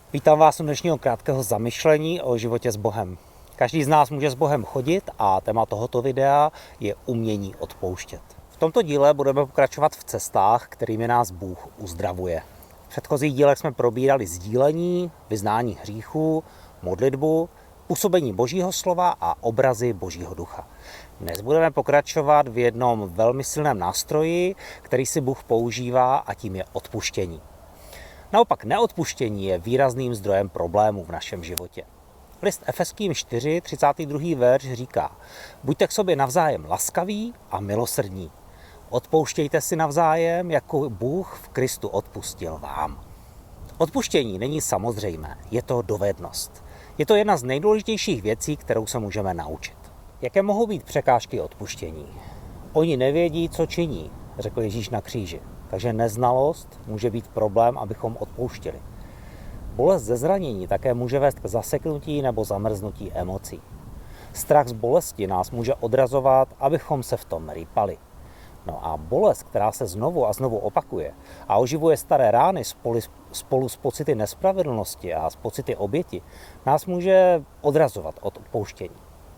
Vítám vás u dnešního krátkého zamyšlení o životě s Bohem. Každý z nás může s Bohem chodit a téma tohoto videa je umění odpouštět. V tomto díle budeme pokračovat v cestách, kterými nás Bůh uzdravuje. V předchozích dílech jsme probírali sdílení, vyznání hříchů, modlitbu, působení Božího slova a obrazy Božího ducha. Dnes budeme pokračovat v jednom velmi silném nástroji, který si Bůh používá, a tím je odpuštění. Naopak neodpuštění je výrazným zdrojem problémů v našem životě. List Efeským 4, 32. verš říká: Buďte k sobě navzájem laskaví a milosrdní. Odpouštějte si navzájem, jako Bůh v Kristu odpustil vám. Odpuštění není samozřejmé, je to dovednost. Je to jedna z nejdůležitějších věcí, kterou se můžeme naučit. Jaké mohou být překážky odpuštění? Oni nevědí, co činí, řekl Ježíš na kříži. Takže neznalost může být problém, abychom odpouštěli. Bolest ze zranění také může vést k zaseknutí nebo zamrznutí emocí. Strach z bolesti nás může odrazovat, abychom se v tom rýpali. No a bolest, která se znovu a znovu opakuje a oživuje staré rány spolu s pocity nespravedlnosti a s pocity oběti, nás může odrazovat od odpouštění.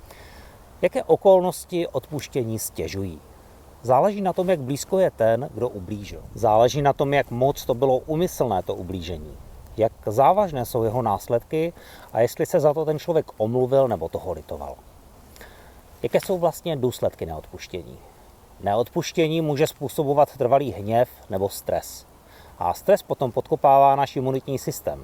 Jaké okolnosti odpuštění stěžují? Záleží na tom, jak blízko je ten, kdo ublížil. Záleží na tom, jak moc to bylo úmyslné, to ublížení. Jak závažné jsou jeho následky a jestli se za to ten člověk omluvil nebo toho litoval. Jaké jsou vlastně důsledky neodpuštění? Neodpuštění může způsobovat trvalý hněv nebo stres. A stres potom podkopává náš imunitní systém.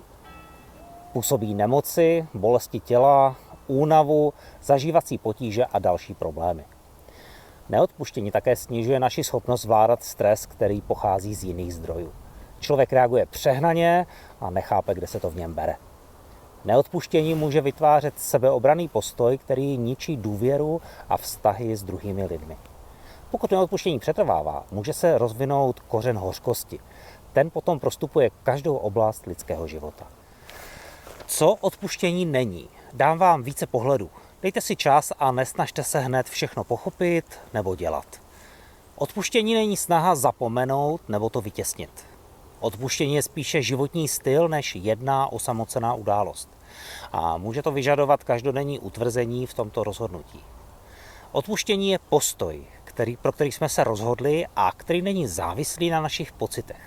Působí nemoci, bolesti těla, únavu, zažívací potíže a další problémy. Neodpuštění také snižuje naši schopnost zvládat stres, který pochází z jiných zdrojů. Člověk reaguje přehnaně a nechápe, kde se to v něm bere. Neodpuštění může vytvářet sebeobranný postoj, který ničí důvěru a vztahy s druhými lidmi. Pokud neodpuštění přetrvává, může se rozvinout kořen hořkosti. Ten potom prostupuje každou oblast lidského života. Co odpuštění není? Dám vám více pohledů. Dejte si čas a nesnažte se hned všechno pochopit nebo dělat. Odpuštění není snaha zapomenout nebo to vytěsnit. Odpuštění je spíše životní styl než jedna osamocená událost. A může to vyžadovat každodenní utvrzení v tomto rozhodnutí. Odpuštění je postoj, pro který jsme se rozhodli a který není závislý na našich pocitech.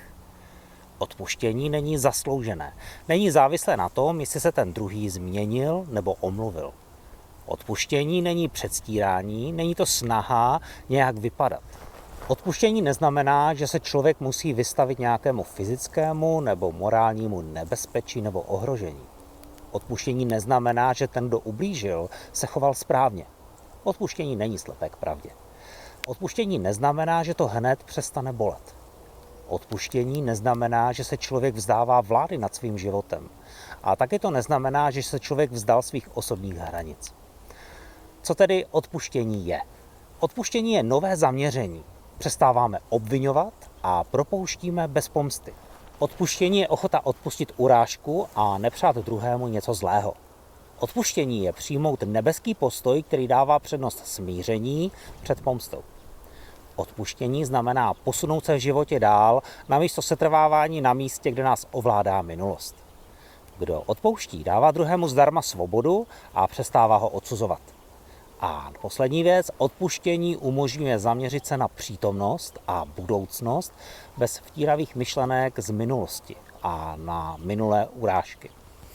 Odpuštění není zasloužené. Není závislé na tom, jestli se ten druhý změnil nebo omluvil. Odpuštění není předstírání, není to snaha nějak vypadat. Odpuštění neznamená, že se člověk musí vystavit nějakému fyzickému nebo morálnímu nebezpečí nebo ohrožení. Odpuštění neznamená, že ten, kdo ublížil, se choval správně. Odpuštění není slepé k pravdě. Odpuštění neznamená, že to hned přestane bolet. Odpuštění neznamená, že se člověk vzdává vlády nad svým životem. A taky to neznamená, že se člověk vzdal svých osobních hranic. Co tedy odpuštění je? Odpuštění je nové zaměření. Přestáváme obviňovat a propouštíme bez pomsty. Odpuštění je ochota odpustit urážku a nepřát druhému něco zlého. Odpuštění je přijmout nebeský postoj, který dává přednost smíření před pomstou. Odpuštění znamená posunout se v životě dál, namísto setrvávání na místě, kde nás ovládá minulost. Kdo odpouští, dává druhému zdarma svobodu a přestává ho odsuzovat. A poslední věc, odpuštění umožňuje zaměřit se na přítomnost a budoucnost bez vtíravých myšlenek z minulosti a na minulé urážky.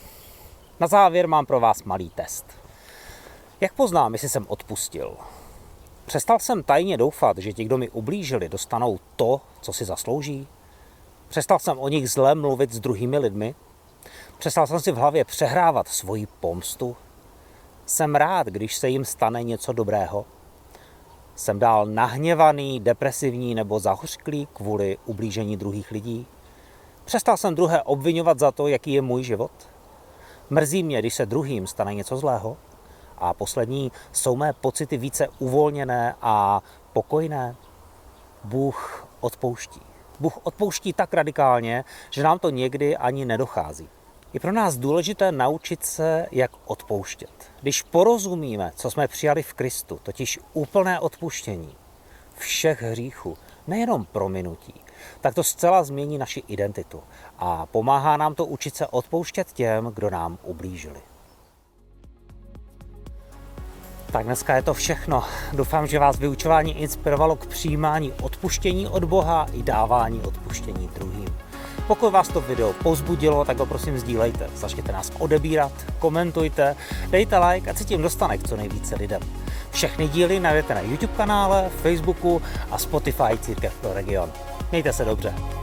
Na závěr mám pro vás malý test. Jak poznám, jestli jsem odpustil? Přestal jsem tajně doufat, že ti, kdo mi ublížili, dostanou to, co si zaslouží? Přestal jsem o nich zle mluvit s druhými lidmi? Přestal jsem si v hlavě přehrávat svoji pomstu? Jsem rád, když se jim stane něco dobrého? Jsem dál nahněvaný, depresivní nebo zahořklý kvůli ublížení druhých lidí? Přestal jsem druhé obvinovat za to, jaký je můj život? Mrzí mě, když se druhým stane něco zlého? A poslední, jsou mé pocity více uvolněné a pokojné? Bůh odpouští. Bůh odpouští tak radikálně, že nám to někdy ani nedochází. Je pro nás důležité naučit se, jak odpouštět. Když porozumíme, co jsme přijali v Kristu, totiž úplné odpuštění všech hříchů, nejenom prominutí, tak to zcela změní naši identitu a pomáhá nám to učit se odpouštět těm, kdo nám ublížili. Tak dneska je to všechno. Doufám, že vás vyučování inspirovalo k přijímání odpuštění od Boha i dávání odpuštění druhým. Pokud vás to video povzbudilo, tak ho prosím sdílejte. Začněte nás odebírat, komentujte, dejte like, ať se tím dostane k co nejvíce lidem. Všechny díly najdete na YouTube kanále, Facebooku a Spotify Církev pro region. Mějte se dobře.